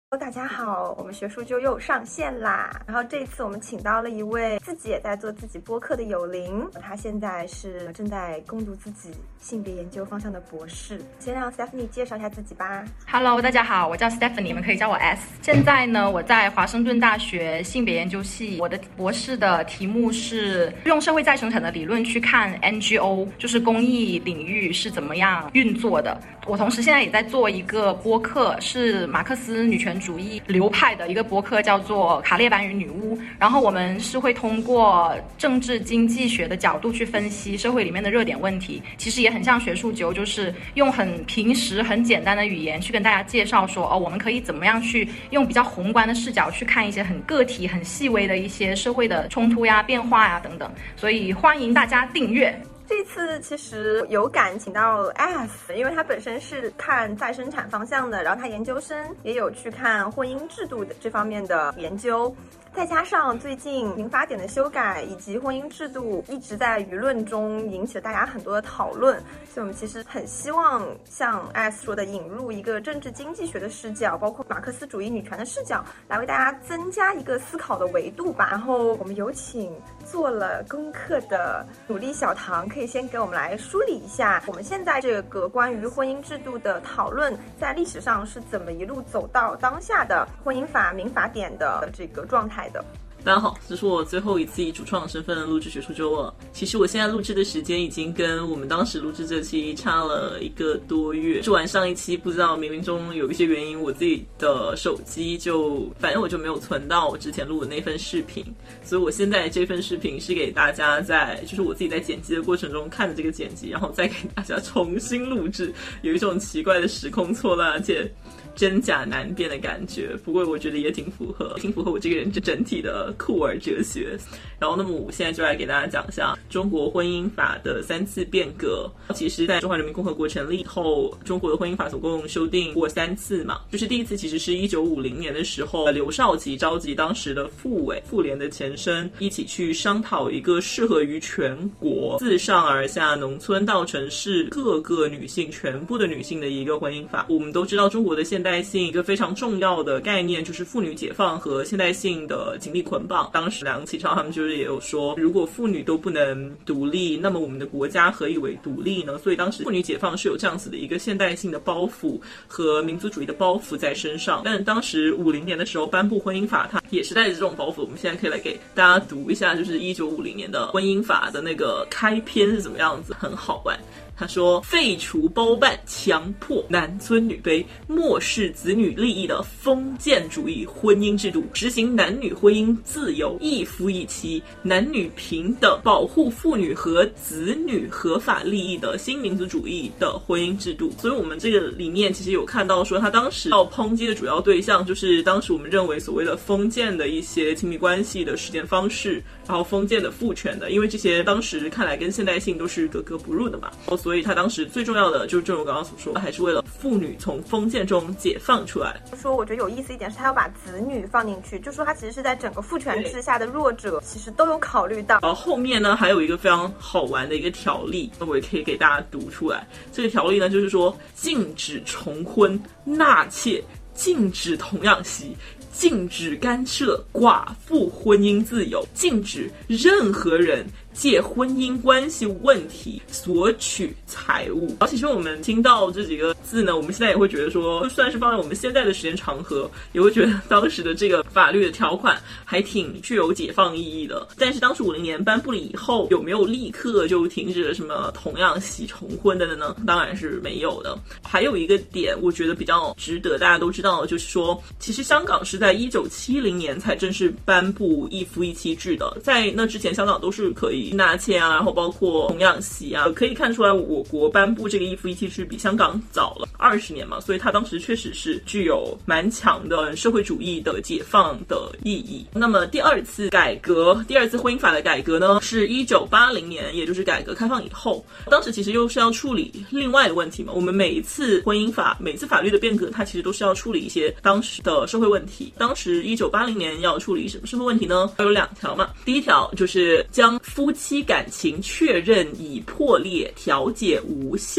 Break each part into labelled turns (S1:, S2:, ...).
S1: 大家好，我们学术就又上线啦。然后这次我们请到了一位自己也在做自己播客的有灵，他现在是正在攻读自己性别研究方向的博士。先让 Stephanie 介绍一下自己吧。
S2: Hello， 大家好，我叫 Stephanie， 你们可以叫我 S。现在呢，我在华盛顿大学性别研究系，我的博士的题目是用社会再生产的理论去看 NGO， 就是公益领域是怎么样运作的。我同时现在也在做一个播客，是马克思女权主义流派的一个播客，叫做卡列班与女巫。然后我们是会通过政治经济学的角度去分析社会里面的热点问题，其实也很像学术纠，就是用很平时很简单的语言去跟大家介绍说，我们可以怎么样去用比较宏观的视角去看一些很个体很细微的一些社会的冲突呀、变化呀等等。所以欢迎大家订阅。
S1: 这次其实有感请到 F， 因为他本身是看再生产方向的，然后他研究生也有去看婚姻制度的这方面的研究，再加上最近民法典的修改以及婚姻制度一直在舆论中引起了大家很多的讨论，所以我们其实很希望像 S 说的引入一个政治经济学的视角，包括马克思主义女权的视角，来为大家增加一个思考的维度吧。然后我们有请做了功课的努力小唐，可以先给我们来梳理一下我们现在这个关于婚姻制度的讨论在历史上是怎么一路走到当下的婚姻法民法典的这个状态的。
S3: 大家好，这是我最后一次以主创身份录制学术周了。其实我现在录制的时间已经跟我们当时录制这期差了1个多月。录完上一期，不知道冥冥中有一些原因，我自己的手机反正我就没有存到我之前录的那份视频，所以我现在这份视频是给大家就是我自己在剪辑的过程中看的这个剪辑，然后再给大家重新录制，有一种奇怪的时空错乱，而且真假难辨的感觉。不过我觉得也挺符合我这个人整体的酷儿哲学。然后那么我现在就来给大家讲一下中国婚姻法的3次变革。其实在中华人民共和国成立以后，中国的婚姻法总共修订过3次嘛。就是第一次其实是1950年的时候，刘少奇召集当时的妇委妇联的前身，一起去商讨一个适合于全国自上而下农村到城市各个女性全部的女性的一个婚姻法。我们都知道中国的现代性一个非常重要的概念就是妇女解放和现代性的紧密捆绑。当时梁启超他们就是也有说，如果妇女都不能独立，那么我们的国家何以为独立呢？所以当时妇女解放是有这样子的一个现代性的包袱和民族主义的包袱在身上。但当时50年的时候颁布婚姻法，它也是带着这种包袱。我们现在可以来给大家读一下，就是1950年的婚姻法的那个开篇是怎么样子，很好玩。他说，废除包办强迫男尊女卑漠视子女利益的封建主义婚姻制度，实行男女婚姻自由一夫一妻男女平等，保护妇女和子女合法利益的新民族主义的婚姻制度。所以我们这个里面其实有看到说，他当时要抨击的主要对象就是当时我们认为所谓的封建的一些亲密关系的实践方式，然后封建的父权的，因为这些当时看来跟现代性都是格格不入的嘛。所以他当时最重要的就是正如我刚刚所说，还是为了妇女从封建中解放出来。
S1: 说我觉得有意思一点是他要把子女放进去，就说他其实是在整个父权制下的弱者其实都有考虑到。
S3: 然后后面呢还有一个非常好玩的一个条例，我也可以给大家读出来。这个条例呢就是说，禁止重婚纳妾，禁止童养媳，禁止干涉寡妇婚姻自由，禁止任何人借婚姻关系问题索取财物。其实我们听到这几个字呢，我们现在也会觉得说，就算是放在我们现在的时间长河，也会觉得当时的这个法律的条款还挺具有解放意义的。但是当时50年颁布了以后，有没有立刻就停止了什么童养媳重婚的呢？当然是没有的。还有一个点我觉得比较值得大家都知道的，就是说其实香港是在1970年才正式颁布一夫一妻制的，在那之前香港都是可以纳妾啊，然后包括童养媳啊，可以看出来我国颁布这个一夫一妻制比香港早了20年嘛，所以它当时确实是具有蛮强的社会主义的解放的意义。那么第二次婚姻法的改革呢，是1980年，也就是改革开放以后。当时其实又是要处理另外的问题嘛，我们每一次法律的变革，它其实都是要处理一些当时的社会问题。当时1980年要处理什么社会问题呢？有2条嘛。第一条就是将夫妻感情确认已破裂、调解无效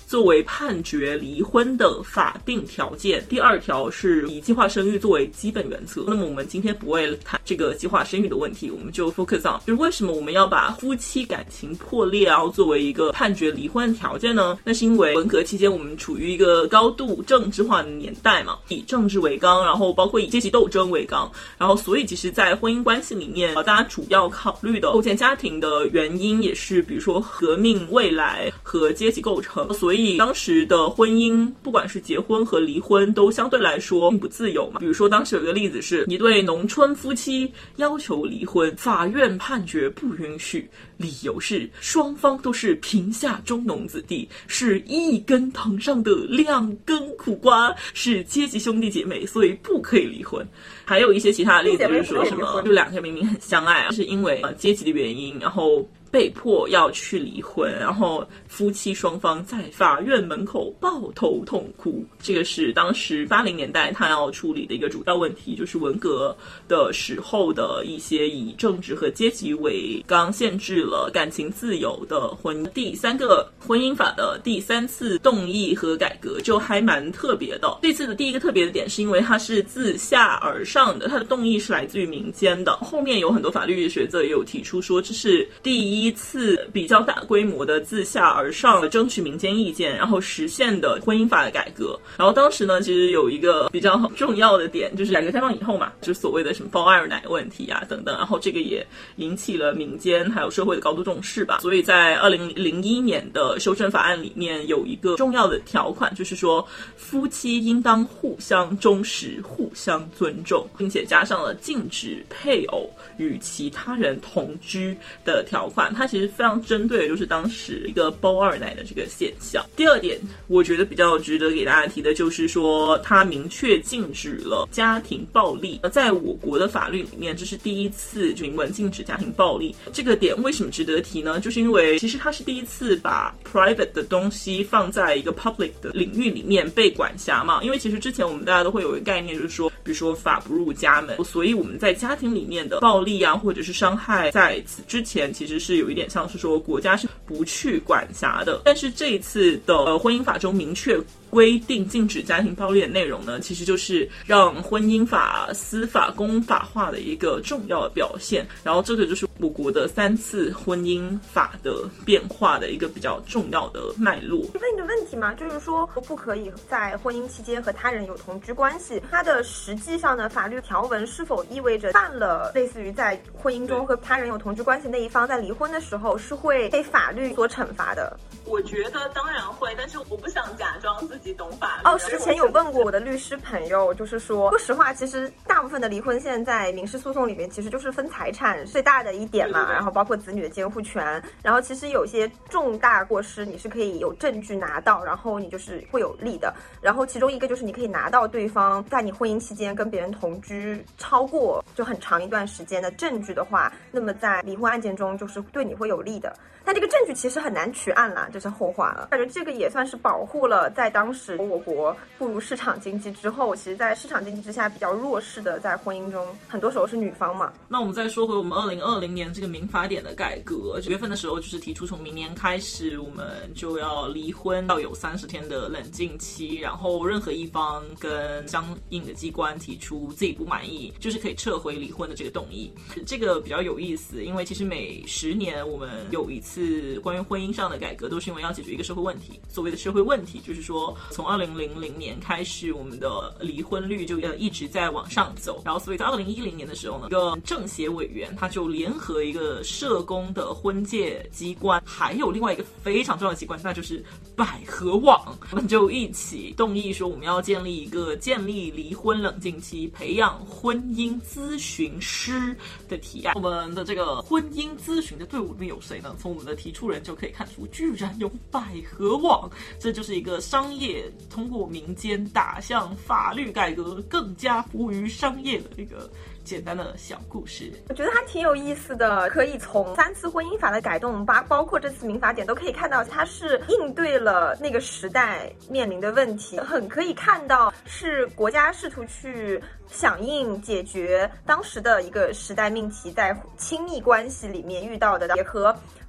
S3: 作为判决离婚的法定条件，第2条是以计划生育作为基本原则。那么我们今天不会谈这个计划生育的问题，我们就 focus on 就是为什么我们要把夫妻感情破裂然后作为一个判决离婚的条件呢？那是因为文革期间我们处于一个高度政治化的年代嘛，以政治为纲，然后包括以阶级斗争为纲，然后所以其实在婚姻关系里面大家主要考虑的构建家庭的原因也是比如说革命未来和阶级构成，所以当时的婚姻不管是结婚和离婚都相对来说并不自由嘛。比如说当时有一个例子是一对农村夫妻要求离婚，法院判决不允许，理由是双方都是贫下中农子弟，是一根藤上的2根苦瓜，是阶级兄弟姐妹，所以不可以离婚。还有一些其他的例子，就是说什么就2个明明很相爱啊，是因为阶级的原因，然后被迫要去离婚，然后夫妻双方在法院门口抱头痛哭。这个是当时80年代他要处理的一个主要问题，就是文革的时候的一些以政治和阶级为纲限制了感情自由的婚姻。第3个婚姻法的第3次动议和改革就还蛮特别的。这次的第一个特别的点是因为它是自下而上的，它的动议是来自于民间的。后面有很多法律学者也有提出说，这是第一次比较大规模的自下而上的争取民间意见，然后实现的婚姻法的改革。然后当时呢，其实有一个比较重要的点，就是改革开放以后嘛，就是所谓的什么包二奶问题啊等等，然后这个也引起了民间还有社会的高度重视吧。所以在2001年的修正法案里面有一个重要的条款，就是说夫妻应当互相忠实、互相尊重，并且加上了禁止配偶与其他人同居的条款。它其实非常针对的就是当时一个包二奶的这个现象。第2点我觉得比较值得给大家提的就是说，它明确禁止了家庭暴力。在我国的法律里面，这是第一次明文禁止家庭暴力。这个点为什么值得提呢？就是因为其实它是第一次把 private 的东西放在一个 public 的领域里面被管辖嘛。因为其实之前我们大家都会有一个概念，就是说比如说法不入家门，所以我们在家庭里面的暴力啊或者是伤害，在此之前其实是有一点像是说国家是不去管辖的。但是这一次的婚姻法中明确规定禁止家庭暴力的内容呢，其实就是让婚姻法司法公法化的一个重要的表现。然后这个就是我国的3次婚姻法的变化的一个比较重要的脉络。
S1: 问一个问题嘛，就是说不可以在婚姻期间和他人有同居关系，它的实际上的法律条文是否意味着犯了类似于在婚姻中和他人有同居关系那一方在离婚的时候是会被法律所惩罚的？
S3: 我觉得当然会，但是我不想假装自己懂法律。
S1: 之前有问过我的律师朋友，就是说实话，其实大部分的离婚现在民事诉讼里面其实就是分财产最大的一点嘛，然后包括子女的监护权，然后其实有些重大过失你是可以有证据拿到，然后你就是会有利的。然后其中一个就是你可以拿到对方在你婚姻期间跟别人同居超过就很长一段时间的证据的话，那么在离婚案件中就是对你会有利的。但这个证据其实很难取案啦，这是后话了。感觉这个也算是保护了在当时我国步入市场经济之后，其实在市场经济之下比较弱势的在婚姻中很多时候是女方嘛。
S3: 那我们再说回我们2020年这个民法典的改革，9月份的时候就是提出从明年开始我们就要离婚，要有30天的冷静期，然后任何一方跟相应的机关提出自己不满意，就是可以撤回离婚的这个动议。这个比较有意思，因为其实每10年我们有一次关于婚姻上的改革，都是因为要解决一个社会问题。所谓的社会问题就是说从2000年开始我们的离婚率就一直在往上走，然后所以在2010年的时候呢，一个政协委员他就联合一个社工的婚介机关，还有另外一个非常重要的机关，那就是百合网，我们就一起动议说我们要建立离婚冷静期，培养婚姻咨询师的提案。我们的这个婚姻咨询的队伍里面有谁呢？从我们的提出人就可以看出，居然有百合网，这就是一个商业通过民间打向法律改革，更加服务于商业的一个简单的小故事。
S1: 我觉得它挺有意思的，可以从3次婚姻法的改动，包括这次民法典都可以看到，它是应对了那个时代面临的问题，很可以看到是国家试图去响应解决当时的一个时代命题，在亲密关系里面遇到的，也和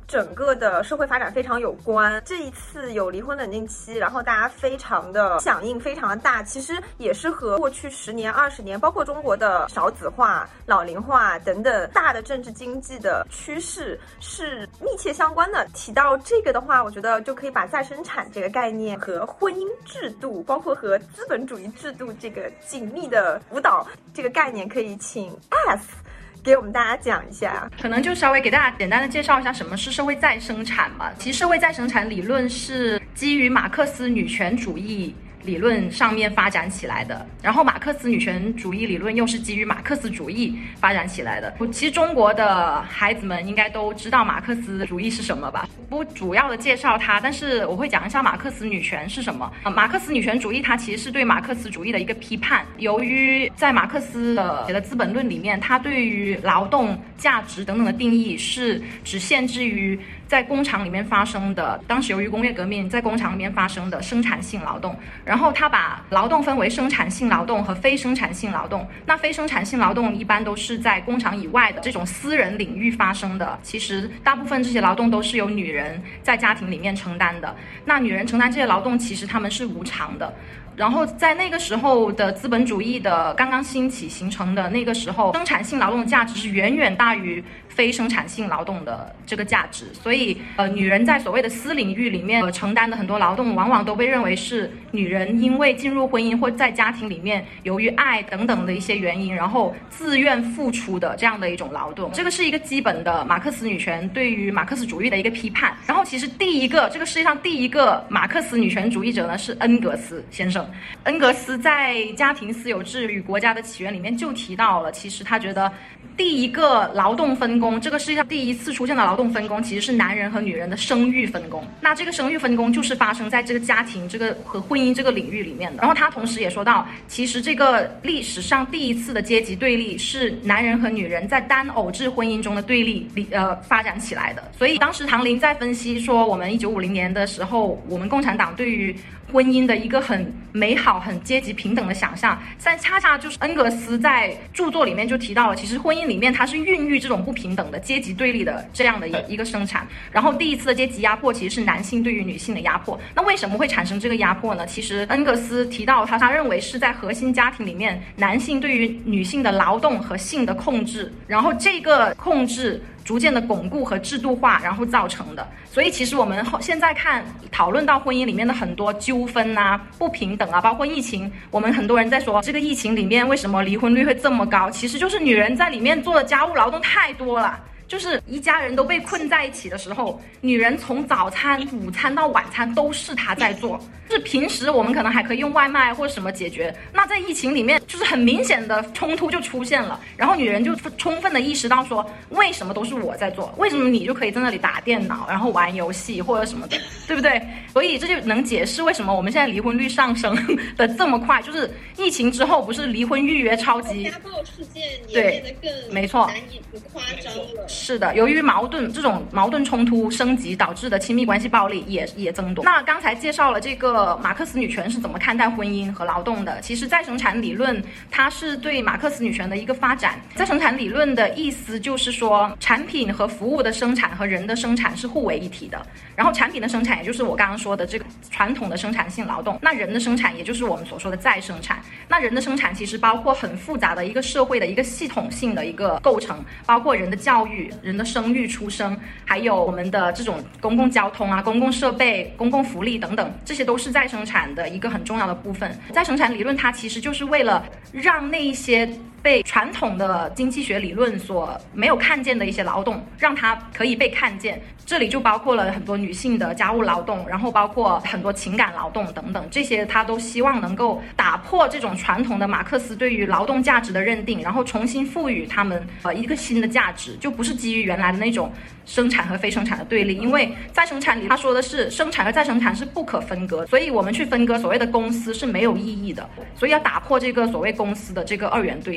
S1: 整个的社会发展非常有关。这一次有离婚冷静期，然后大家非常的响应非常的大，其实也是和过去10年20年，包括中国的少子化、老龄化等等大的政治经济的趋势是密切相关的。提到这个的话，我觉得就可以把再生产这个概念和婚姻制度，包括和资本主义制度这个紧密的辅导这个概念，可以请 S 给我们大家讲一下。
S2: 可能就稍微给大家简单的介绍一下什么是社会再生产吧。其实社会再生产理论是基于马克思女权主义理论上面发展起来的，然后马克思女权主义理论又是基于马克思主义发展起来的。其实中国的孩子们应该都知道马克思主义是什么吧，不主要的介绍它，但是我会讲一下马克思女权是什么。马克思女权主义它其实是对马克思主义的一个批判。由于在马克思的《资本论》里面，它对于劳动价值等等的定义是只限制于在工厂里面发生的，当时由于工业革命在工厂里面发生的生产性劳动，然后他把劳动分为生产性劳动和非生产性劳动。那非生产性劳动一般都是在工厂以外的这种私人领域发生的，其实大部分这些劳动都是由女人在家庭里面承担的。那女人承担这些劳动，其实他们是无偿的。然后在那个时候的资本主义的刚刚兴起形成的那个时候，生产性劳动的价值是远远大于非生产性劳动的这个价值，所以女人在所谓的私领域里面承担的很多劳动，往往都被认为是女人因为进入婚姻或在家庭里面由于爱等等的一些原因，然后自愿付出的这样的一种劳动。这个是一个基本的马克思女权对于马克思主义的一个批判。然后其实这个世界上第一个马克思女权主义者呢是恩格斯先生。恩格斯在《家庭私有制与国家的起源》里面就提到了，其实他觉得第一个劳动分工，这个世界上第一次出现的劳动分工其实是男人和女人的生育分工。那这个生育分工就是发生在这个家庭这个和婚姻这个领域里面的。然后他同时也说到，其实这个历史上第一次的阶级对立是男人和女人在单偶制婚姻中的对立发展起来的。所以当时唐林在分析说，我们1950年的时候，我们共产党对于婚姻的一个很美好很阶级平等的想象，但恰恰就是恩格斯在著作里面就提到了，其实婚姻里面它是孕育这种不平等的阶级对立的这样的一个生产。然后第一次的阶级压迫其实是男性对于女性的压迫。那为什么会产生这个压迫呢？其实恩格斯提到他认为是在核心家庭里面，男性对于女性的劳动和性的控制，然后这个控制逐渐的巩固和制度化，然后造成的。所以其实我们现在讨论到婚姻里面的很多纠纷啊、不平等啊，包括疫情，我们很多人在说这个疫情里面为什么离婚率会这么高，其实就是女人在里面做的家务劳动太多了。就是一家人都被困在一起的时候，女人从早餐、午餐到晚餐都是她在做。就是平时我们可能还可以用外卖或者什么解决，那在疫情里面就是很明显的冲突就出现了，然后女人就充分的意识到说，为什么都是我在做，为什么你就可以在那里打电脑然后玩游戏或者什么的，对不对？所以这就能解释为什么我们现在离婚率上升的这么快，就是疫情之后不是离婚预约超级，
S4: 家暴事件也变得更
S2: 没错
S4: 难以不夸张了。
S2: 是的，由于这种矛盾冲突升级导致的亲密关系暴力也增多。那刚才介绍了这个马克思女权是怎么看待婚姻和劳动的，其实再生产理论它是对马克思女权的一个发展。再生产理论的意思就是说，产品和服务的生产和人的生产是互为一体的，然后产品的生产也就是我刚刚说的这个传统的生产性劳动，那人的生产也就是我们所说的再生产。那人的生产其实包括很复杂的一个社会的一个系统性的一个构成，包括人的教育、人的生育出生，还有我们的这种公共交通啊、公共设备、公共福利等等，这些都是再生产的一个很重要的部分。再生产理论它其实就是为了让那一些被传统的经济学理论所没有看见的一些劳动，让它可以被看见。这里就包括了很多女性的家务劳动，然后包括很多情感劳动等等，这些它都希望能够打破这种传统的马克思对于劳动价值的认定，然后重新赋予他们一个新的价值，就不是基于原来的那种生产和非生产的对立。因为再生产里他说的是生产和再生产是不可分割，所以我们去分割所谓的公司是没有意义的，所以要打破这个所谓公司的这个二元对立。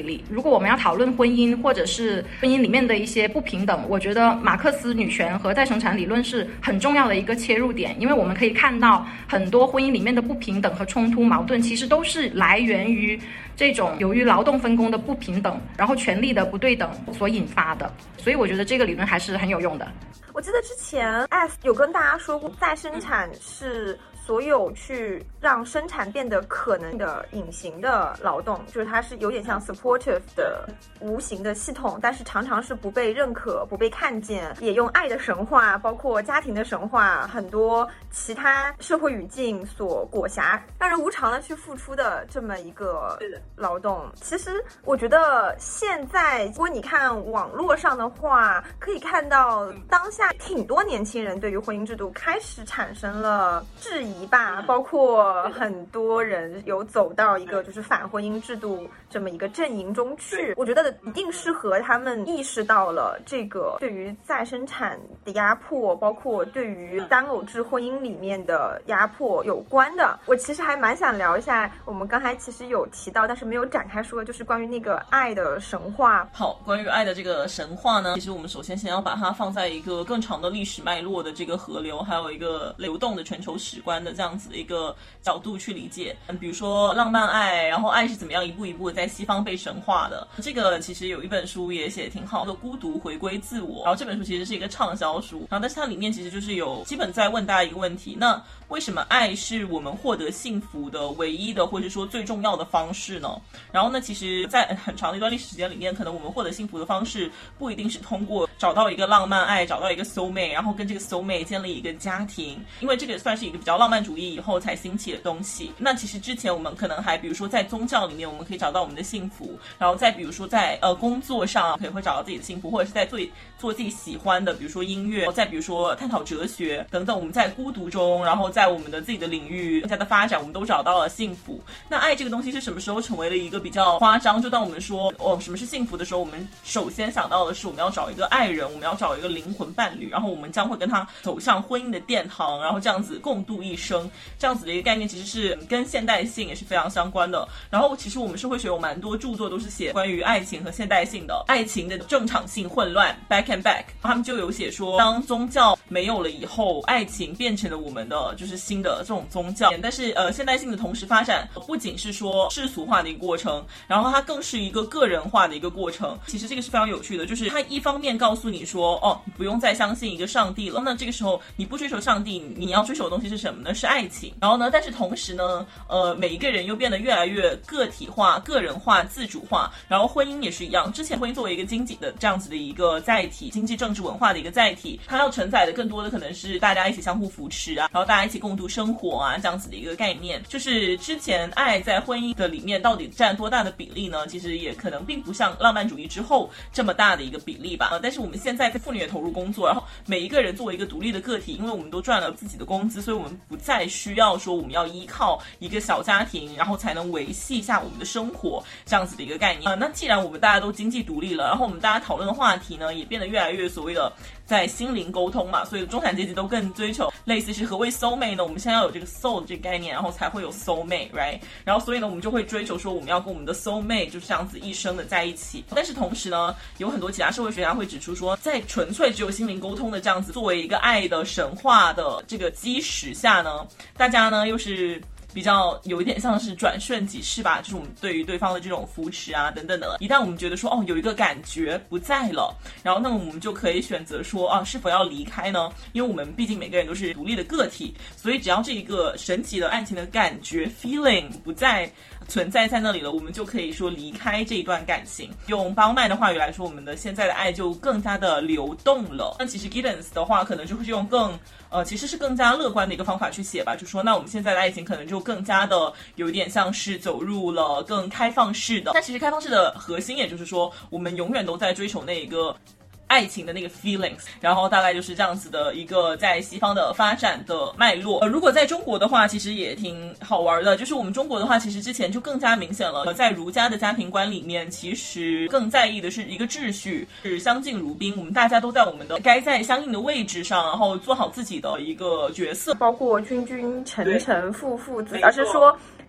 S2: 例。如果我们要讨论婚姻或者是婚姻里面的一些不平等，我觉得马克思女权和再生产理论是很重要的一个切入点，因为我们可以看到很多婚姻里面的不平等和冲突矛盾其实都是来源于这种由于劳动分工的不平等，然后权力的不对等所引发的，所以我觉得这个理论还是很有用的。
S1: 我记得之前 F 有跟大家说过，再生产是所有去让生产变得可能的隐形的劳动，就是它是有点像 supportive 的无形的系统，但是常常是不被认可、不被看见，也用爱的神话，包括家庭的神话，很多其他社会语境所裹挟，让人无偿的去付出的这么一个劳动。其实我觉得现在如果你看网络上的话，可以看到当下挺多年轻人对于婚姻制度开始产生了质疑吧，包括很多人有走到一个就是反婚姻制度这么一个阵营中去。我觉得一定是和他们意识到了这个对于再生产的压迫，包括对于单偶制婚姻里面的压迫有关的。我其实还蛮想聊一下，我们刚才其实有提到但是没有展开说，就是关于那个爱的神话。
S3: 好，关于爱的这个神话呢，其实我们首先先要把它放在一个更长的历史脉络的这个河流，还有一个流动的全球史观的这样子的一个角度去理解。比如说浪漫爱，然后爱是怎么样一步一步在西方被神化的。这个其实有一本书也写得挺好的，孤独回归自我。然后这本书其实是一个畅销书，然后但是它里面其实就是有基本在问大家一个问题，那为什么爱是我们获得幸福的唯一的或者说最重要的方式呢？然后呢，其实在很长的一段历史时间里面，可能我们获得幸福的方式不一定是通过找到一个浪漫爱，找到一个 soul mate， 然后跟这个 soul mate 建立一个家庭，因为这个算是一个比较浪漫主义以后才兴起的东西。那其实之前我们可能还比如说在宗教里面我们可以找到我们的幸福，然后再比如说在工作上可以会找到自己的幸福，或者是在做自己喜欢的比如说音乐，再比如说探讨哲学等等，我们在孤独中，然后在我们的自己的领域更加的发展，我们都找到了幸福。那爱这个东西是什么时候成为了一个比较夸张，就当我们说什么是幸福的时候，我们首先想到的是我们要找一个爱人，我们要找一个灵魂伴侣，然后我们将会跟他走向婚姻的殿堂，然后这样子共度一生，这样子的一个概念其实是跟现代性也是非常相关的。然后其实我们社会学有蛮多著作都是写关于爱情和现代性的，爱情的正常性混乱 back and back， 他们就有写说当宗教没有了以后，爱情变成了我们的就是新的这种宗教。但是现代性的同时发展不仅是说世俗化的一个过程，然后它更是一个个人化的一个过程。其实这个是非常有趣的，就是它一方面告诉你说你不用再相信一个上帝了，那这个时候你不追求上帝，你要追求的东西是什么呢？是爱情。然后呢，但是同时呢每一个人又变得越来越个体化、个人化、自主化。然后婚姻也是一样，之前婚姻作为一个经济的这样子的一个载体，经济政治文化的一个载体，它要承载的更多的可能是大家一起相互扶持啊，然后大家一起共度生活啊，这样子的一个概念。就是之前爱在婚姻的里面到底占多大的比例呢？其实也可能并不像浪漫主义之后这么大的一个比例吧。但是我们现在妇女也投入工作，然后每一个人作为一个独立的个体，因为我们都赚了自己的工资，所以我们不再需要说我们要依靠一个小家庭，然后才能维系一下我们的生活这样子的一个概念。那既然我们大家都经济独立了，然后我们大家讨论的话题呢也变得越来越所谓的在心灵沟通嘛，所以中产阶级都更追求类似是何谓 soul mate 呢？我们现在要有这个 soul 这个概念，然后才会有 soul mate right， 然后所以呢我们就会追求说我们要跟我们的 soul mate 就是这样子一生的在一起。但是同时呢，有很多其他社会学家会指出说，在纯粹只有心灵沟通的这样子作为一个爱的神话的这个基石下呢，大家呢又是比较有一点像是转瞬即逝吧，就是我们对于对方的这种扶持啊等等的。一旦我们觉得说有一个感觉不在了，然后那么我们就可以选择说是否要离开呢？因为我们毕竟每个人都是独立的个体，所以只要这一个神奇的爱情的感觉 feeling 不再存在在那里了，我们就可以说离开这一段感情。用邦曼的话语来说，我们的现在的爱就更加的流动了。那其实 Giddens 的话可能就会用其实是更加乐观的一个方法去写吧，就说那我们现在的爱情可能就更加的有点像是走入了更开放式的。但其实开放式的核心也就是说，我们永远都在追求那一个爱情的那个 feelings， 然后大概就是这样子的一个在西方的发展的脉络。如果在中国的话其实也挺好玩的，就是我们中国的话其实之前就更加明显了，在儒家的家庭观里面其实更在意的是一个秩序，是相敬如宾，我们大家都在我们的该在相应的位置上，然后做好自己的一个角色，
S1: 包括君君臣臣父父子，而是说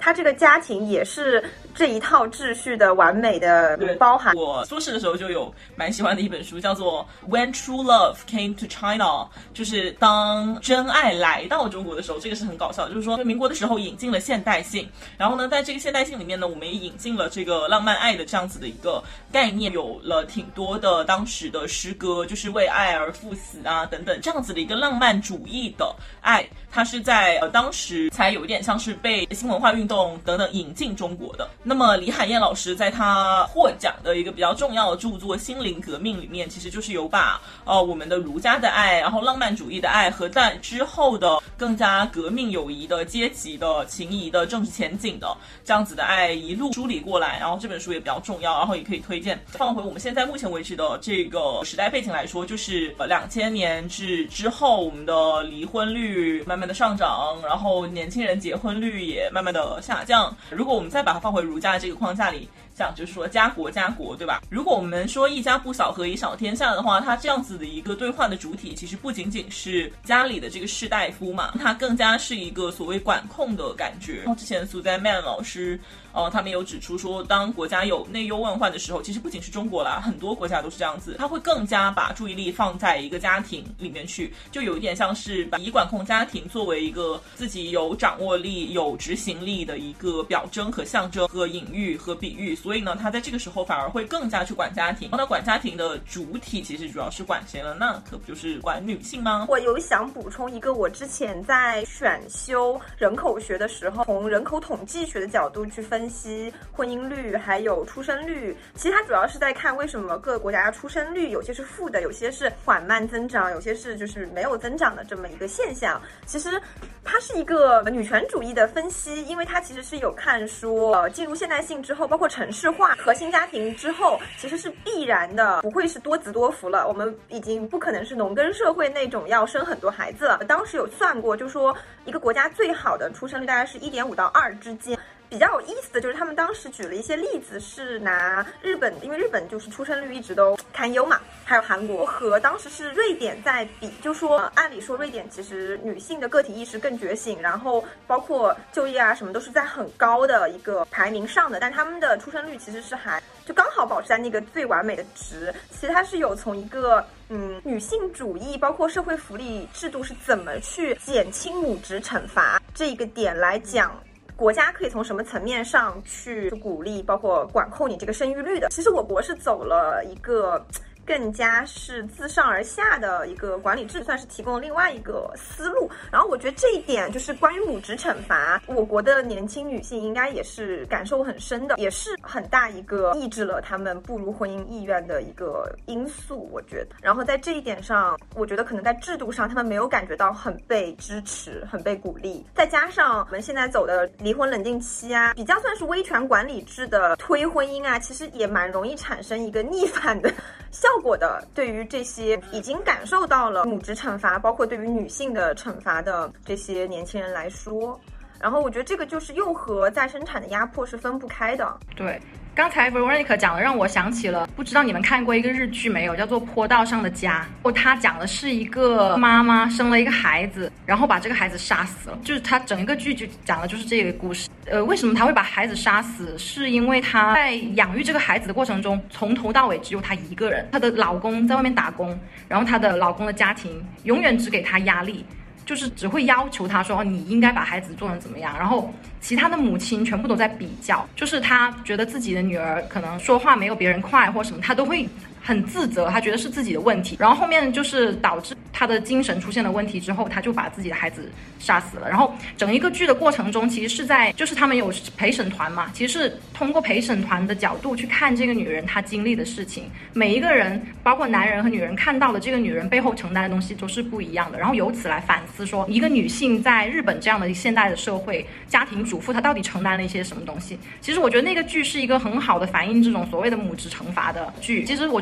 S1: 他这个家庭也是这一套秩序的完美的包含。
S3: 我硕士的时候就有蛮喜欢的一本书，叫做 When True Love Came to China， 就是当真爱来到中国的时候。这个是很搞笑，就是说民国的时候引进了现代性，然后呢在这个现代性里面呢，我们也引进了这个浪漫爱的这样子的一个概念，有了挺多的当时的诗歌，就是为爱而赴死啊等等，这样子的一个浪漫主义的爱，它是在当时才有一点像是被新文化运动等等引进中国的。那么李海燕老师在他获奖的一个比较重要的著作《心灵革命》里面，其实就是有把我们的儒家的爱，然后浪漫主义的爱和在之后的更加革命友谊的阶级的情谊的政治前景的这样子的爱一路梳理过来，然后这本书也比较重要，然后也可以推荐。放回我们现在目前为止的这个时代背景来说，就是2000年之后，我们的离婚率慢慢的上涨，然后年轻人结婚率也慢慢的下降。如果我们再把它放回儒家的这个框架里讲，就是说家国，对吧？如果我们说一家不扫何以扫天下的话，它这样子的一个对话的主体其实不仅仅是家里的这个士大夫嘛，它更加是一个所谓管控的感觉。然后之前苏丹曼老师他们有指出说，当国家有内忧外患的时候，其实不仅是中国啦，很多国家都是这样子，他会更加把注意力放在一个家庭里面去，就有一点像是以管控家庭作为一个自己有掌握力、有执行力的一个表征和象征和隐喻和比喻，所以呢，他在这个时候反而会更加去管家庭。那管家庭的主体其实主要是管谁了？那可不就是管女性吗？
S1: 我有想补充一个，我之前在选修人口学的时候，从人口统计学的角度去分析婚姻率还有出生率，其实它主要是在看为什么各个国家的出生率有些是负的，有些是缓慢增长，有些是就是没有增长的这么一个现象。其实它是一个女权主义的分析，因为它其实是有看说进入现代性之后，包括城市化核心家庭之后，其实是必然的不会是多子多福了，我们已经不可能是农耕社会那种要生很多孩子了。当时有算过，就说一个国家最好的出生率大概是1.5到2之间。比较有意思的就是他们当时举了一些例子，是拿日本，因为日本就是出生率一直都堪忧嘛，还有韩国和当时是瑞典在比，就说按理说瑞典其实女性的个体意识更觉醒，然后包括就业啊什么都是在很高的一个排名上的，但他们的出生率其实是还就刚好保持在那个最完美的值。其实它是有从一个女性主义包括社会福利制度是怎么去减轻母职惩罚这一个点来讲，国家可以从什么层面上去鼓励包括管控你这个生育率的。其实我国是走了一个更加是自上而下的一个管理制度，算是提供了另外一个思路。然后我觉得这一点就是关于母职惩罚，我国的年轻女性应该也是感受很深的，也是很大一个抑制了她们步入婚姻意愿的一个因素，我觉得。然后在这一点上，我觉得可能在制度上她们没有感觉到很被支持、很被鼓励。再加上我们现在走的离婚冷静期啊，比较算是威权管理制的推婚姻啊，其实也蛮容易产生一个逆反的效果的。对于这些已经感受到了母职惩罚，包括对于女性的惩罚的这些年轻人来说，然后我觉得这个就是又和再生产的压迫是分不开的。
S2: 对，刚才 Veronica 讲的让我想起了，不知道你们看过一个日剧没有，叫做《坡道上的家》。它讲的是一个妈妈生了一个孩子，然后把这个孩子杀死了，就是它整个剧就讲的就是这个故事。为什么她会把孩子杀死？是因为她在养育这个孩子的过程中，从头到尾只有她一个人，她的老公在外面打工，然后她的老公的家庭永远只给她压力，就是只会要求她说你应该把孩子做成怎么样，然后其他的母亲全部都在比较，就是她觉得自己的女儿可能说话没有别人快或什么，她都会很自责，她觉得是自己的问题，然后后面就是导致她的精神出现了问题之后，她就把自己的孩子杀死了。然后整一个剧的过程中，其实是在就是他们有陪审团嘛，其实是通过陪审团的角度去看这个女人她经历的事情，每一个人包括男人和女人看到的这个女人背后承担的东西都是不一样的，然后由此来反思说一个女性在日本这样的现代的社会，家庭主妇她到底承担了一些什么东西。其实我觉得那个剧是一个很好的反映这种所谓的母职惩罚的剧。其实我觉得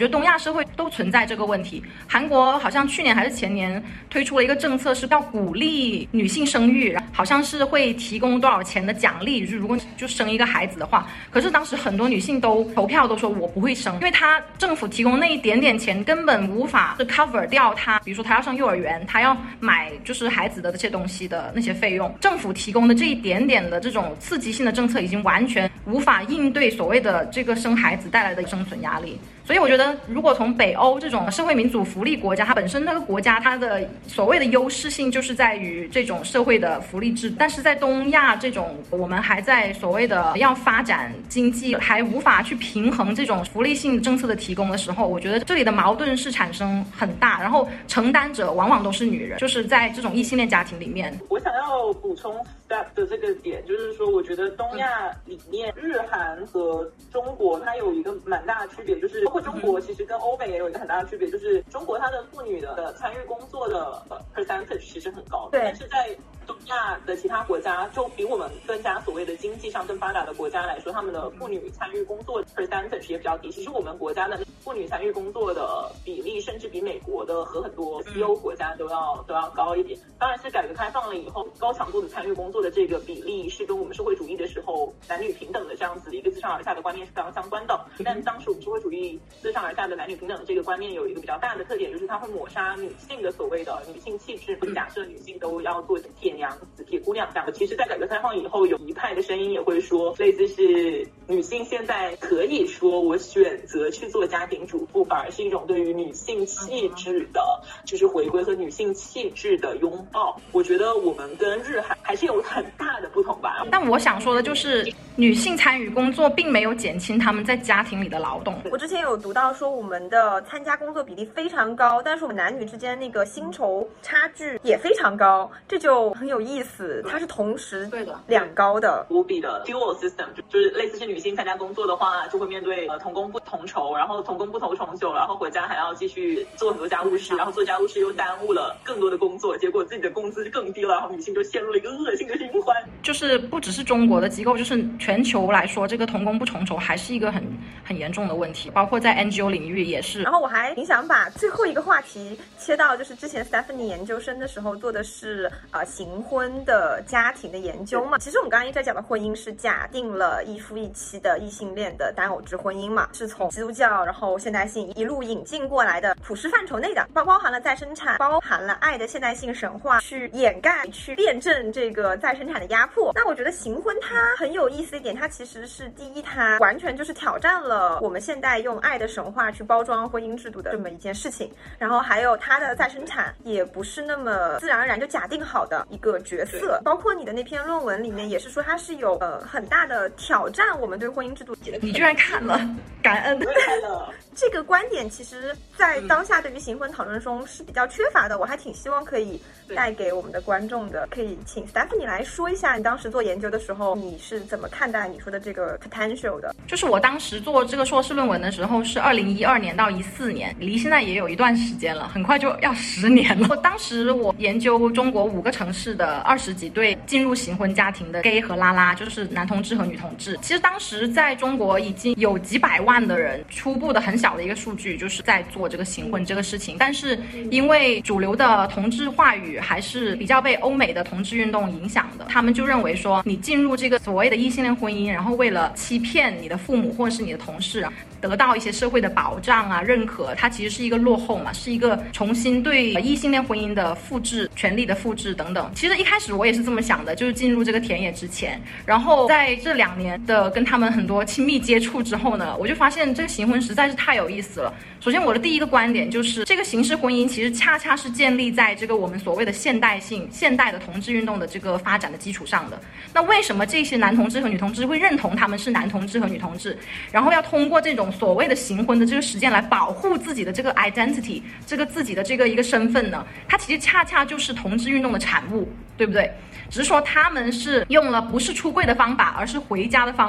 S2: 得东亚社会都存在这个问题。韩国好像去年还是前年推出了一个政策，是要鼓励女性生育，好像是会提供多少钱的奖励，就是如果就生一个孩子的话。可是当时很多女性都投票都说我不会生，因为她政府提供那一点点钱根本无法 cover 掉她，比如说她要上幼儿园，她要买就是孩子的这些东西的那些费用，政府提供的这一点点的这种刺激性的政策已经完全无法应对所谓的这个生孩子带来的生存压力。所以我觉得如果从北欧这种社会民主福利国家，它本身那个国家它的所谓的优势性就是在于这种社会的福利制度，但是在东亚这种我们还在所谓的要发展经济，还无法去平衡这种福利性政策的提供的时候，我觉得这里的矛盾是产生很大，然后承担者往往都是女人，就是在这种异性恋家庭里面。
S5: 我想要补充 Step 的这个点，就是说我觉得东亚里面日韩和中国它有一个蛮大的区别，就是包括中国其实跟欧美也有一个很大的区别，就是中国它的妇女的参与工作的percentage 其实很高，
S1: 对，
S5: 但是在东亚的其他国家，就比我们更加所谓的经济上更发达的国家来说，他们的妇女参与工作 percentage 也比较低。其实我们国家的妇女参与工作的比例，甚至比美国的和很多西欧国家都要高一点。当然是改革开放了以后，高强度的参与工作的这个比例是跟我们社会主义的时候男女平等的这样子的一个自上而下的观念是非常相关的。但当时我们社会主义自上而下的男女平等的这个观念有一个比较大的特点，就是它会抹杀女性的所谓的女性气质，假设女性都要做铁娘子、铁姑娘这样的。其实在改革开放以后，有一派的声音也会说，类似是女性现在可以说我选择去做家庭主妇，反而是一种对于女性气质的就是回归和女性气质的拥抱。我觉得我们跟日韩还是有很大的不同吧。
S2: 但我想说的就是女性参与工作并没有减轻她们在家庭里的劳动。
S1: 我之前有读到说我们的参加工作比例非常高，但是我们男女之间那个薪酬差距也非常高，这就很有意思，它是同时两高的
S5: 无比的 dual system， 就是类似是女性参加工作的话就会面对同工不同酬，然后同工不同酬久，然后回家还要继续做很多家务事，然后做家务事又耽误了更多的工作，结果自己的工资更低了，然后女性就陷入了一个恶性的循环。
S2: 就是不只是中国的机构，就是全球来说，这个同工不同酬还是一个很严重的问题，包括在 NGO 领域也是。
S1: 然后我还挺想把最后一个话题切到，就是之前 Stephanie 研究生的时候做的是行婚的家庭的研究嘛。其实我们刚刚一直在讲的婚姻是假定了一夫一妻的异性恋的单偶制婚姻嘛，是从基督教然后现代性一路引进过来的普世范畴内的，包含了再生产，包含了爱的现代性神话，去掩盖去辩证这个再生产的压迫。那我觉得行婚它很有意思一点，它其实是第一，它完全就是挑战了我们现代用爱的神话去包装婚姻制度的这么一件事情。然后还有它的再生产也不是那么自然而然就假定好的一个角色，包括你的那篇论文里面也是说它是有很大的挑战我们对婚姻制度。
S2: 你居然看了，感恩。
S1: 这个观点其实在当下对于行婚讨论中是比较缺乏的，我还挺希望可以带给我们的观众的。可以请 Stephanie 来说一下你当时做研究的时候你是怎么看待你说的这个 potential 的。
S2: 就是我当时做这个硕士论文的时候是2012年到14年，离现在也有一段时间了，很快就要10年了。当时我研究中国5个城市的20几对进入行婚家庭的 gay 和拉拉，就是男同志和女同志。其实当时在中国已经有几百万的人，初步的很小的一个数据就是在做这个行婚这个事情，但是因为主流的同志话语还是比较被欧美的同志运动影响的，他们就认为说你进入这个所谓的异性恋婚姻，然后为了欺骗你的父母或者是你的同事得到一些社会的保障啊认可，它其实是一个落后嘛，是一个重新对异性恋婚姻的复制，权利的复制等等。其实一开始我也是这么想的，就是进入这个田野之前，然后在这2年的跟他们很多亲密接触之后呢，我就发现这个行婚实在是太有意思了。首先我的第一个观点就是这个形式婚姻其实恰恰是建立在这个我们所谓的现代的同志运动的这个发展的基础上的。那为什么这些男同志和女同志会认同他们是男同志和女同志，然后要通过这种所谓的行婚的这个实践来保护自己的这个 identity， 这个自己的这个一个身份呢？它其实恰恰就是同志运动的产物，对不对？只是说他们是用了不是出柜的方法，而是回家的方法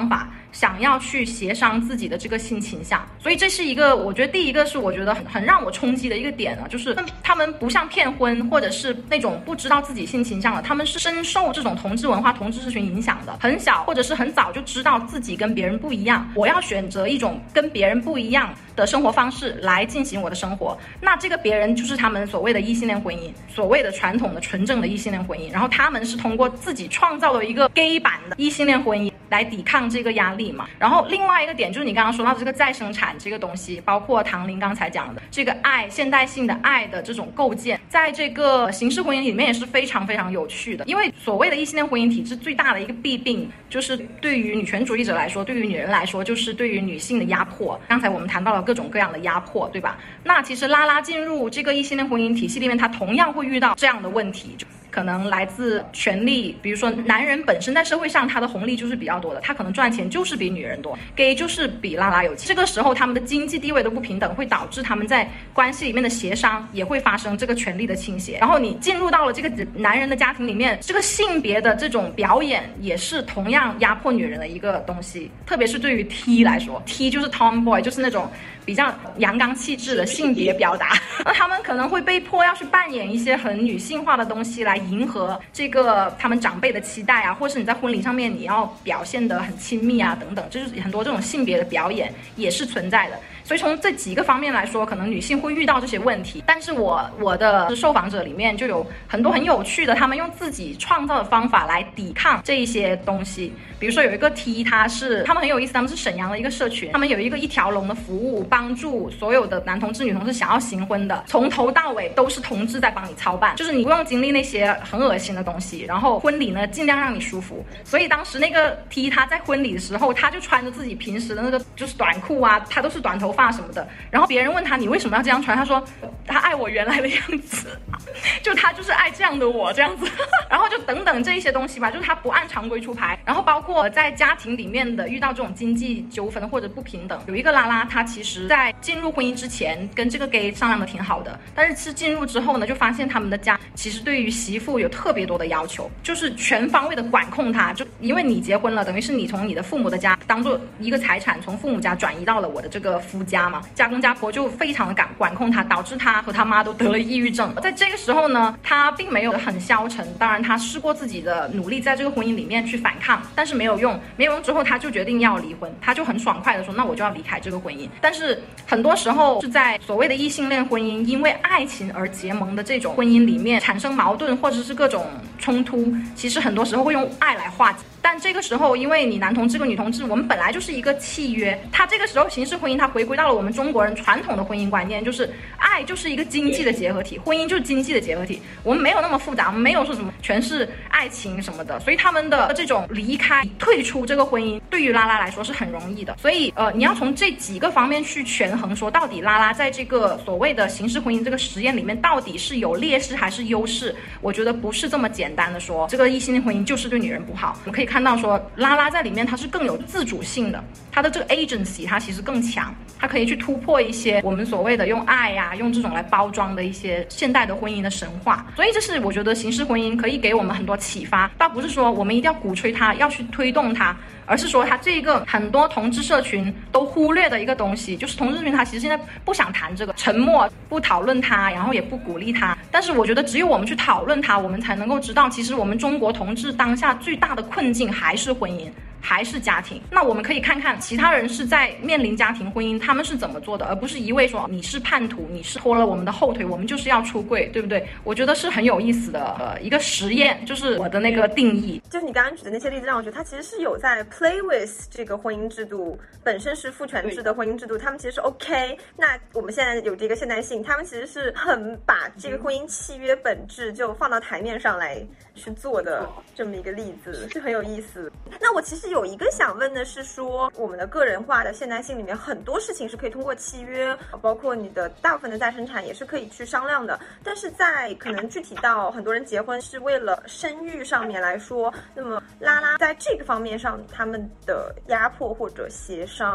S2: 想要去协商自己的这个性倾向。所以这是一个，我觉得第一个是我觉得很让我冲击的一个点呢，就是他们不像骗婚或者是那种不知道自己性倾向的，他们是深受这种同志文化、同志社群影响的，很小或者是很早就知道自己跟别人不一样，我要选择一种跟别人不一样的生活方式来进行我的生活。那这个别人就是他们所谓的异性恋婚姻，所谓的传统的纯正的异性恋婚姻，然后他们是通过自己创造了一个 gay 版的异性恋婚姻来抵抗这个压力嘛。然后另外一个点就是你刚刚说到这个再生产这个东西，包括唐玲刚才讲的这个爱，现代性的爱的这种构建，在这个形式婚姻里面也是非常非常有趣的。因为所谓的异性恋婚姻体制最大的一个弊病，就是对于女权主义者来说，对于女人来说，就是对于女性的压迫。刚才我们谈到了各种各样的压迫，对吧？那其实拉拉进入这个异性恋婚姻体系里面，她同样会遇到这样的问题，可能来自权力，比如说男人本身在社会上他的红利就是比较多的，他可能赚钱就是比女人多， gay 就是比拉拉有钱。这个时候他们的经济地位的不平等会导致他们在关系里面的协商也会发生这个权力的倾斜。然后你进入到了这个男人的家庭里面，这个性别的这种表演也是同样压迫女人的一个东西。特别是对于 T 来说， T 就是 Tomboy， 就是那种比较阳刚气质的性别表达，那他们可能会被迫要去扮演一些很女性化的东西来迎合这个他们长辈的期待啊，或是你在婚礼上面你要表现得很亲密啊等等，就是很多这种性别的表演也是存在的。所以从这几个方面来说，可能女性会遇到这些问题。但是我的受访者里面就有很多很有趣的，他们用自己创造的方法来抵抗这一些东西。比如说有一个 T， 他们很有意思，他们是沈阳的一个社群，他们有一个一条龙的服务，帮助所有的男同志女同志想要行婚的，从头到尾都是同志在帮你操办，就是你不用经历那些很恶心的东西，然后婚礼呢尽量让你舒服。所以当时那个 T 他在婚礼的时候，他就穿着自己平时的那个就是短裤啊，他都是短头发什么的，然后别人问他你为什么要这样穿，他说他爱我原来的样子，就他就是爱这样的我这样子然后就等等这一些东西吧，就是他不按常规出牌。然后包括在家庭里面的遇到这种经济纠纷或者不平等，有一个拉拉，他其实在进入婚姻之前跟这个 gay 商量的挺好的，但是进入之后呢，就发现他们的家其实对于媳妇有特别多的要求，就是全方位的管控她，就因为你结婚了，等于是你从你的父母的家当做一个财产，从父母家转移到了我的这个夫家嘛，家公家婆就非常的管控她，导致她和她妈都得了抑郁症。在这个时候呢，她并没有很消沉，当然她试过自己的努力在这个婚姻里面去反抗，但是没有用之后，她就决定要离婚，她就很爽快的说那我就要离开这个婚姻。但是很多时候是在所谓的异性恋婚姻因为爱情而结盟的这种婚姻里面产生矛盾或者是各种冲突，其实很多时候会用爱来化解。但这个时候因为你男同志跟女同志我们本来就是一个契约，他这个时候形式婚姻它回归到了我们中国人传统的婚姻观念，就是爱就是一个经济的结合体，婚姻就是经济的结合体，我们没有那么复杂，我们没有说什么全是爱情什么的，所以他们的这种离开退出这个婚姻对于拉拉来说是很容易的。所以你要从这几个方面去权衡，说到底拉拉在这个所谓的形式婚姻这个实验里面到底是有劣势还是优势，我觉得不是这么简单的说这个异性恋婚姻就是对女人不好。我们可以看到说拉拉在里面它是更有自主性的，它的这个 agency 它其实更强，它可以去突破一些我们所谓的用爱啊用这种来包装的一些现代的婚姻的神话。所以这是我觉得形式婚姻可以给我们很多启发，倒不是说我们一定要鼓吹它要去推动它，而是说它这一个很多同志社群都忽略的一个东西，就是同志社群它其实现在不想谈这个，沉默不讨论它，然后也不鼓励它。但是我觉得只有我们去讨论它，我们才能够知道其实我们中国同志当下最大的困境还是婚姻，还是家庭。那我们可以看看其他人是在面临家庭婚姻他们是怎么做的，而不是一味说你是叛徒，你是拖了我们的后腿，我们就是要出柜，对不对？我觉得是很有意思的一个实验，就是我的那个定义。
S1: 就是你刚刚举的那些例子让我觉得它其实是有在 play with 这个婚姻制度本身是父权制的婚姻制度，他们其实是 OK。那我们现在有这个现代性，他们其实是很把这个婚姻契约本质就放到台面上来去做的这么一个例子，是很有意思。那我其实有一个想问的是说，我们的个人化的现代性里面很多事情是可以通过契约，包括你的大部分的再生产也是可以去商量的，但是在可能具体到很多人结婚是为了生育上面来说，那么拉拉在这个方面上他们的压迫或者协商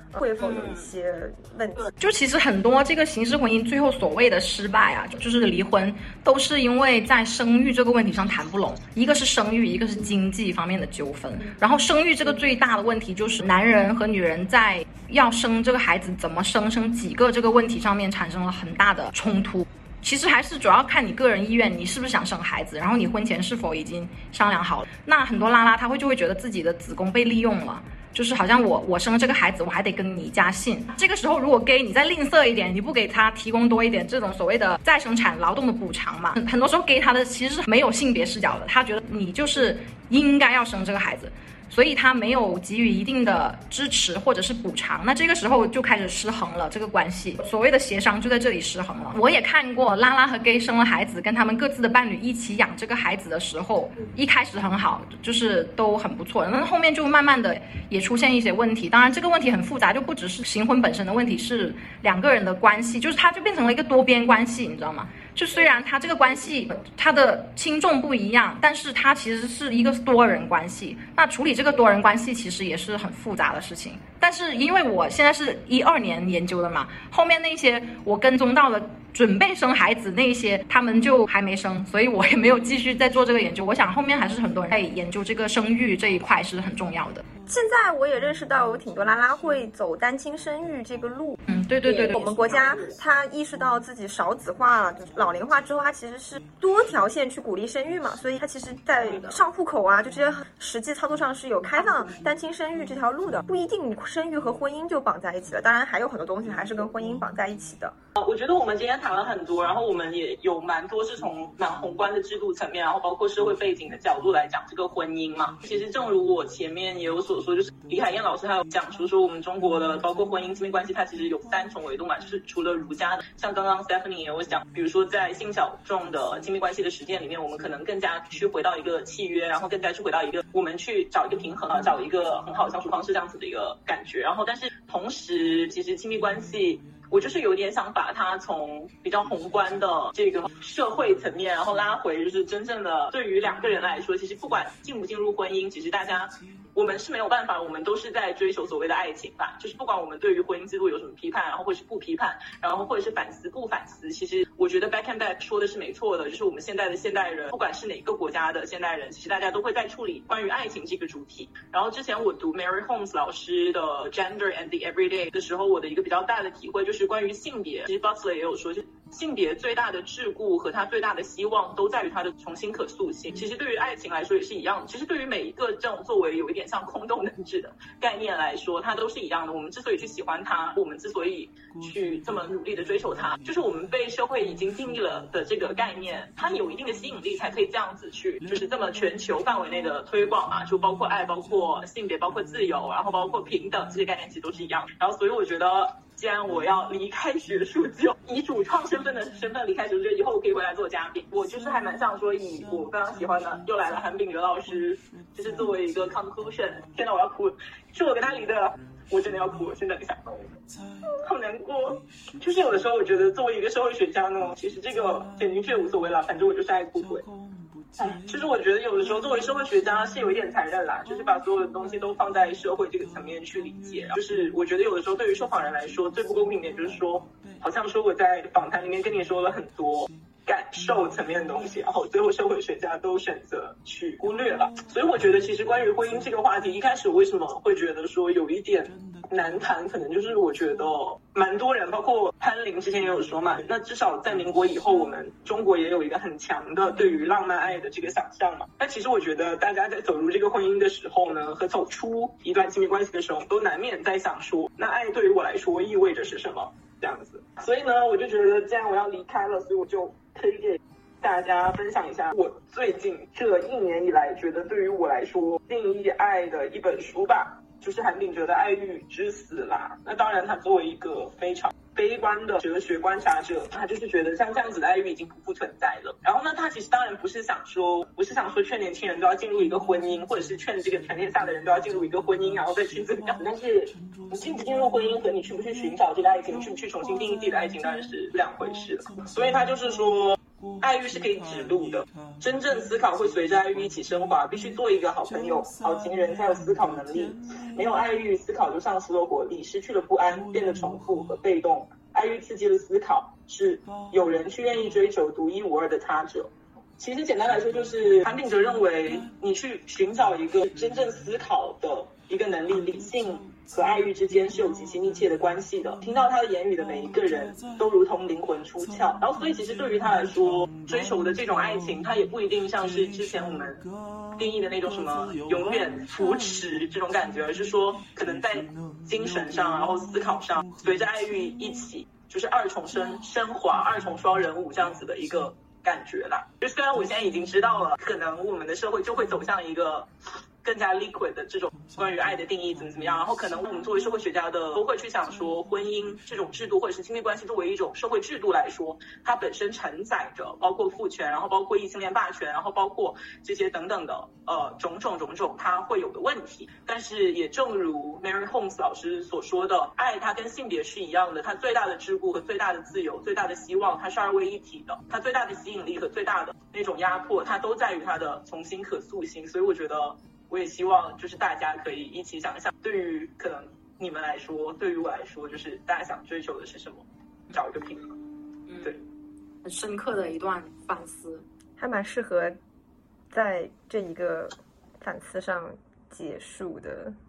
S1: 会否有一些问题？
S2: 就其实很多这个形式婚姻最后所谓的失败啊，就是离婚，都是因为在生育这个问题上谈不拢，一个是生育，一个是经济方面的纠纷。然后生育这个最大的问题就是男人和女人在要生这个孩子怎么生几个这个问题上面产生了很大的冲突。其实还是主要看你个人意愿，你是不是想生孩子，然后你婚前是否已经商量好了。那很多拉拉就会觉得自己的子宫被利用了，就是好像我生了这个孩子，我还得跟你加姓。这个时候如果 gay 你再吝啬一点，你不给他提供多一点这种所谓的再生产劳动的补偿嘛，很多时候 gay 他的其实是没有性别视角的，他觉得你就是应该要生这个孩子，所以他没有给予一定的支持或者是补偿，那这个时候就开始失衡了，这个关系所谓的协商就在这里失衡了。我也看过拉拉和 gay 生了孩子，跟他们各自的伴侣一起养这个孩子的时候，一开始很好，就是都很不错，那后面就慢慢的也出现一些问题。当然这个问题很复杂，就不只是行婚本身的问题，是两个人的关系，就是它就变成了一个多边关系，你知道吗？就虽然它这个关系它的轻重不一样，但是它其实是一个多人关系，那处理这个多人关系其实也是很复杂的事情。但是因为我现在是12年研究的嘛，后面那些我跟踪到了准备生孩子那些，他们就还没生，所以我也没有继续再做这个研究。我想后面还是很多人在研究这个生育这一块是很重要的。
S1: 现在我也认识到有挺多拉拉会走单亲生育这个路。
S2: 对，
S1: 我们国家他意识到自己少子化就是老龄化之后，他其实是多条线去鼓励生育嘛，所以他其实在上户口啊，就这些实际操作上是有开放单亲生育这条路的，不一定生育和婚姻就绑在一起了，当然还有很多东西还是跟婚姻绑在一起的。
S5: 我觉得我们今天谈了很多，然后我们也有蛮多是从蛮宏观的制度层面，然后包括社会背景的角度来讲这个婚姻嘛。其实正如我前面也有所说，就是李海燕老师还有讲出说我们中国的包括婚姻亲密关系，它其实有3重维度嘛，就是除了儒家的，像刚刚 Stephanie 也有讲，比如说在性小众的亲密关系的实践里面，我们可能更加去回到一个契约，然后更加去回到一个我们去找一个平衡啊，找一个很好的相处方式这样子的一个感觉。然后但是同时其实亲密关系我就是有点想把它从比较宏观的这个社会层面，然后拉回就是真正的对于2个人来说，其实不管进不进入婚姻，其实大家我们是没有办法，我们都是在追求所谓的爱情吧。就是不管我们对于婚姻制度有什么批判，然后或者是不批判，然后或者是反思不反思，其实我觉得 back and back 说的是没错的。就是我们现在的现代人，不管是哪个国家的现代人，其实大家都会在处理关于爱情这个主题。然后之前我读 Mary Holmes 老师的 Gender and the Everyday 的时候，我的一个比较大的体会就是关于性别，其实 Butler 也有说，就性别最大的桎梏和它最大的希望都在于它的重新可塑性。其实对于爱情来说也是一样的，其实对于每一个这种作为有一点像空洞能指的概念来说，它都是一样的。我们之所以去喜欢它，我们之所以去这么努力的追求它，就是我们被社会已经定义了的这个概念，它有一定的吸引力才可以这样子去就是这么全球范围内的推广嘛，就包括爱，包括性别，包括自由，然后包括平等，这些概念其实都是一样的。然后所以我觉得既然我要离开学术，就以主创身份离开学术，就以后我可以回来做嘉宾。我就是还蛮想说，以我非常喜欢的又来了韩炳哲老师，就是作为一个 conclusion。天哪，我要哭！是我跟他离的，我真的要哭。先等一下，好难过。就是有的时候，我觉得作为一个社会学家呢，其实这个简直却无所谓了，反正我就是爱哭鬼。其实我觉得有的时候作为社会学家是有一点残忍啦，就是把所有的东西都放在社会这个层面去理解。就是我觉得有的时候对于受访人来说最不公平的就是说，好像说我在访谈里面跟你说了很多感受层面的东西，然后最后社会学家都选择去忽略了。所以我觉得其实关于婚姻这个话题，一开始我为什么会觉得说有一点难谈，可能就是我觉得蛮多人，包括潘玲之前也有说嘛，那至少在民国以后，我们中国也有一个很强的对于浪漫爱的这个想象嘛。那其实我觉得大家在走入这个婚姻的时候呢，和走出一段亲密关系的时候，都难免在想说，那爱对于我来说意味着是什么这样子。所以呢，我就觉得既然我要离开了，所以我就可以给大家分享一下我最近这1年以来觉得对于我来说定义爱的一本书吧，就是韩炳哲的《爱欲之死》啦。那当然他作为一个非常悲观的哲学观察者，他就是觉得像这样子的爱欲已经不复存在了。然后呢，他其实当然不是想说劝年轻人都要进入一个婚姻，或者是劝这个全天下的人都要进入一个婚姻然后再去怎么样。但是你进不进入婚姻和你去不去寻找这个爱情，你去不去重新定义自己的爱情，当然是2回事了。所以他就是说爱欲是可以指路的，真正思考会随着爱欲一起升华，必须做一个好朋友、好情人才有思考能力。没有爱欲，思考就丧失了活力，失去了不安，变得重复和被动。爱欲刺激了思考，是有人去愿意追求独一无二的他者。其实简单来说，就是韩炳哲认为，你去寻找一个真正思考的一个能力，理性和爱欲之间是有极其密切的关系的。听到他的言语的每一个人都如同灵魂出窍，然后所以其实对于他来说，追求的这种爱情，他也不一定像是之前我们定义的那种什么永远扶持这种感觉，而是说可能在精神上，然后思考上，随着爱欲一起，就是二重升华、二重双人舞这样子的一个感觉啦。就虽然我现在已经知道了，可能我们的社会就会走向一个更加 liquid 的这种关于爱的定义怎么样，然后可能我们作为社会学家的都会去想说，婚姻这种制度或者是亲密关系作为一种社会制度来说，它本身承载着包括父权，然后包括异性恋霸权，然后包括这些等等的种种它会有的问题。但是也正如 Mary Holmes 老师所说的，爱它跟性别是一样的，它最大的桎梏和最大的自由、最大的希望，它是二位一体的，它最大的吸引力和最大的那种压迫，它都在于它的从心可塑性。所以我觉得我也希望就是大家可以一起想一想，对于可能你们来说，对于我来说，就是大家想追求的是什么，找一个平衡。对，
S2: 很深刻的一段反思，
S1: 还蛮适合在这一个反思上结束的。